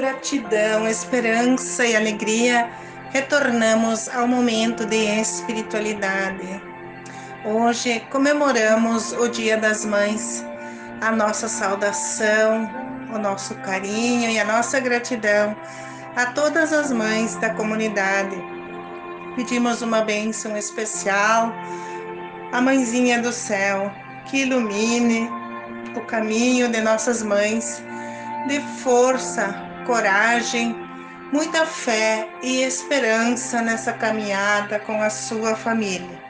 gratidão, esperança e alegria, retornamos ao momento de espiritualidade. Hoje comemoramos o Dia das Mães. A nossa saudação, o nosso carinho e a nossa gratidão a todas as mães da comunidade. Pedimos uma bênção especial à Mãezinha do Céu, que ilumine o caminho de nossas mães, de força, coragem, muita fé e esperança nessa caminhada com a sua família.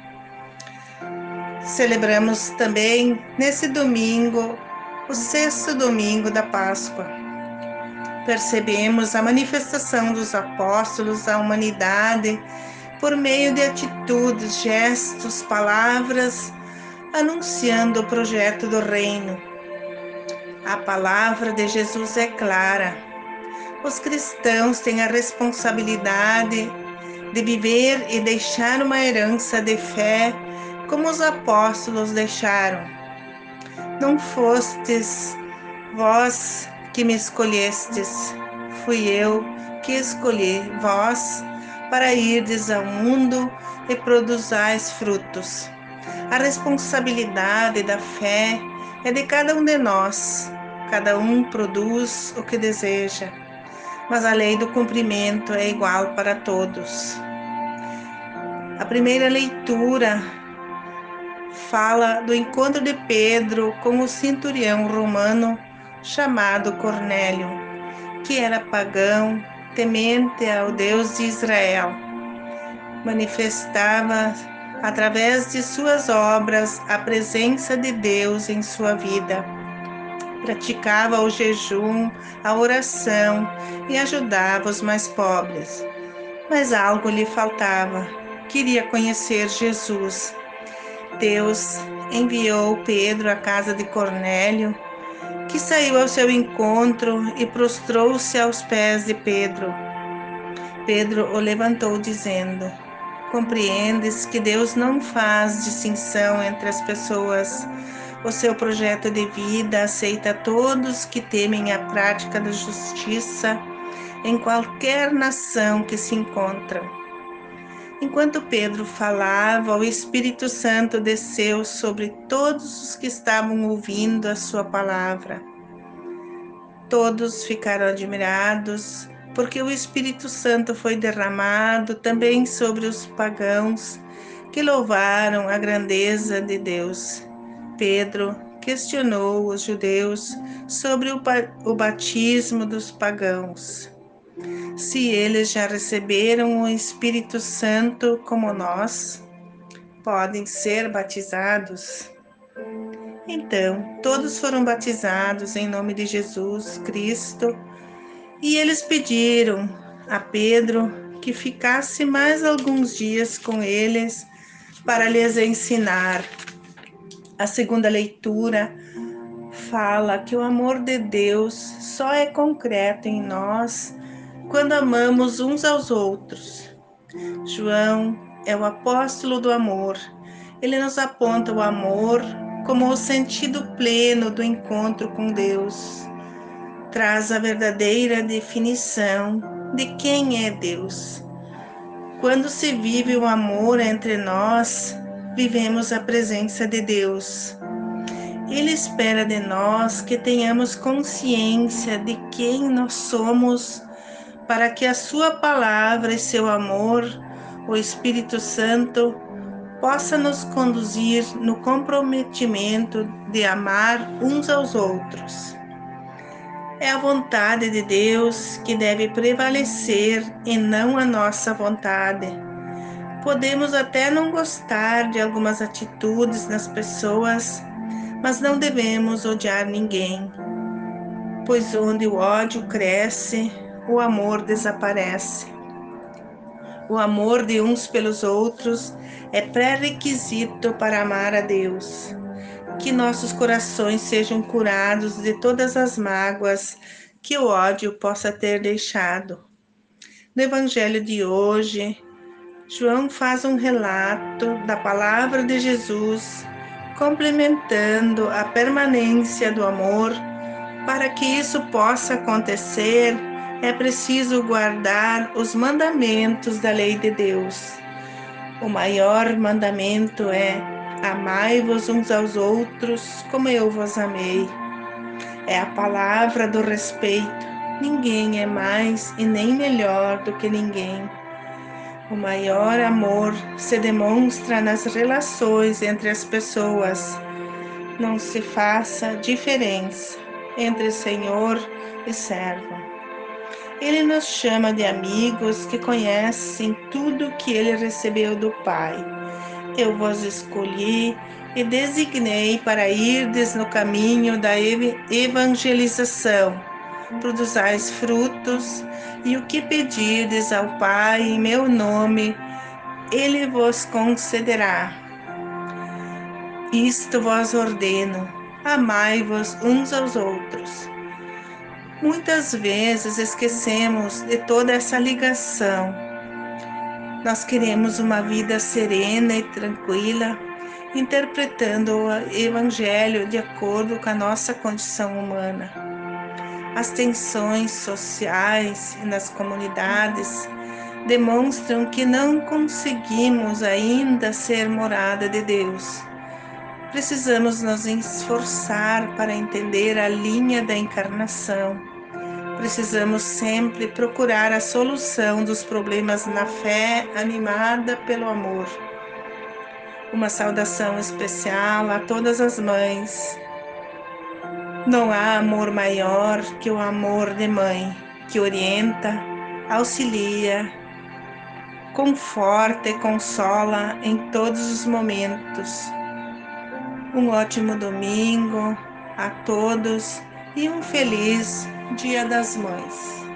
Celebramos também nesse domingo, o 6º domingo da Páscoa. Percebemos a manifestação dos apóstolos à humanidade por meio de atitudes, gestos, palavras, anunciando o projeto do reino. A palavra de Jesus é clara. Os cristãos têm a responsabilidade de viver e deixar uma herança de fé como os apóstolos deixaram. Não fostes vós que me escolhestes, fui eu que escolhi vós para irdes ao mundo e produzais frutos. A responsabilidade da fé é de cada um de nós. Cada um produz o que deseja, mas a lei do cumprimento é igual para todos. A primeira leitura fala do encontro de Pedro com o centurião romano chamado Cornélio, que era pagão, temente ao Deus de Israel. Manifestava através de suas obras a presença de Deus em sua vida. Praticava o jejum, a oração e ajudava os mais pobres. Mas algo lhe faltava. Queria conhecer Jesus. Deus enviou Pedro à casa de Cornélio, que saiu ao seu encontro e prostrou-se aos pés de Pedro. Pedro o levantou dizendo: compreendes que Deus não faz distinção entre as pessoas. O seu projeto de vida aceita todos que temem a prática da justiça em qualquer nação que se encontram. Enquanto Pedro falava, o Espírito Santo desceu sobre todos os que estavam ouvindo a sua palavra. Todos ficaram admirados, porque o Espírito Santo foi derramado também sobre os pagãos, que louvaram a grandeza de Deus. Pedro questionou os judeus sobre o batismo dos pagãos. Se eles já receberam o Espírito Santo como nós, podem ser batizados? Então, todos foram batizados em nome de Jesus Cristo, e eles pediram a Pedro que ficasse mais alguns dias com eles para lhes ensinar. A segunda leitura fala que o amor de Deus só é concreto em nós quando amamos uns aos outros. João é o apóstolo do amor. Ele nos aponta o amor como o sentido pleno do encontro com Deus. Traz a verdadeira definição de quem é Deus. Quando se vive o amor entre nós, vivemos a presença de Deus. Ele espera de nós que tenhamos consciência de quem nós somos, para que a sua palavra e seu amor, o Espírito Santo, possa nos conduzir no comprometimento de amar uns aos outros. É a vontade de Deus que deve prevalecer e não a nossa vontade. Podemos até não gostar de algumas atitudes nas pessoas, mas não devemos odiar ninguém, pois onde o ódio cresce, o amor desaparece. O amor de uns pelos outros é pré-requisito para amar a Deus. Que nossos corações sejam curados de todas as mágoas que o ódio possa ter deixado. No Evangelho de hoje, João faz um relato da palavra de Jesus, complementando a permanência do amor. Para que isso possa acontecer, é preciso guardar os mandamentos da lei de Deus. O maior mandamento é: amai-vos uns aos outros como eu vos amei. É a palavra do respeito. Ninguém é mais e nem melhor do que ninguém. O maior amor se demonstra nas relações entre as pessoas. Não se faça diferença entre Senhor e servo. Ele nos chama de amigos que conhecem tudo que ele recebeu do Pai. Eu vos escolhi e designei para irdes no caminho da evangelização. Produzais frutos, e o que pedirdes ao Pai em meu nome, ele vos concederá. Isto vos ordeno: amai-vos uns aos outros. Muitas vezes esquecemos de toda essa ligação. Nós queremos uma vida serena e tranquila, interpretando o Evangelho de acordo com a nossa condição humana. As tensões sociais e nas comunidades demonstram que não conseguimos ainda ser morada de Deus. Precisamos nos esforçar para entender a linha da encarnação. Precisamos sempre procurar a solução dos problemas na fé, animada pelo amor. Uma saudação especial a todas as mães. Não há amor maior que o amor de mãe, que orienta, auxilia, conforta e consola em todos os momentos. Um ótimo domingo a todos e um feliz Dia das Mães.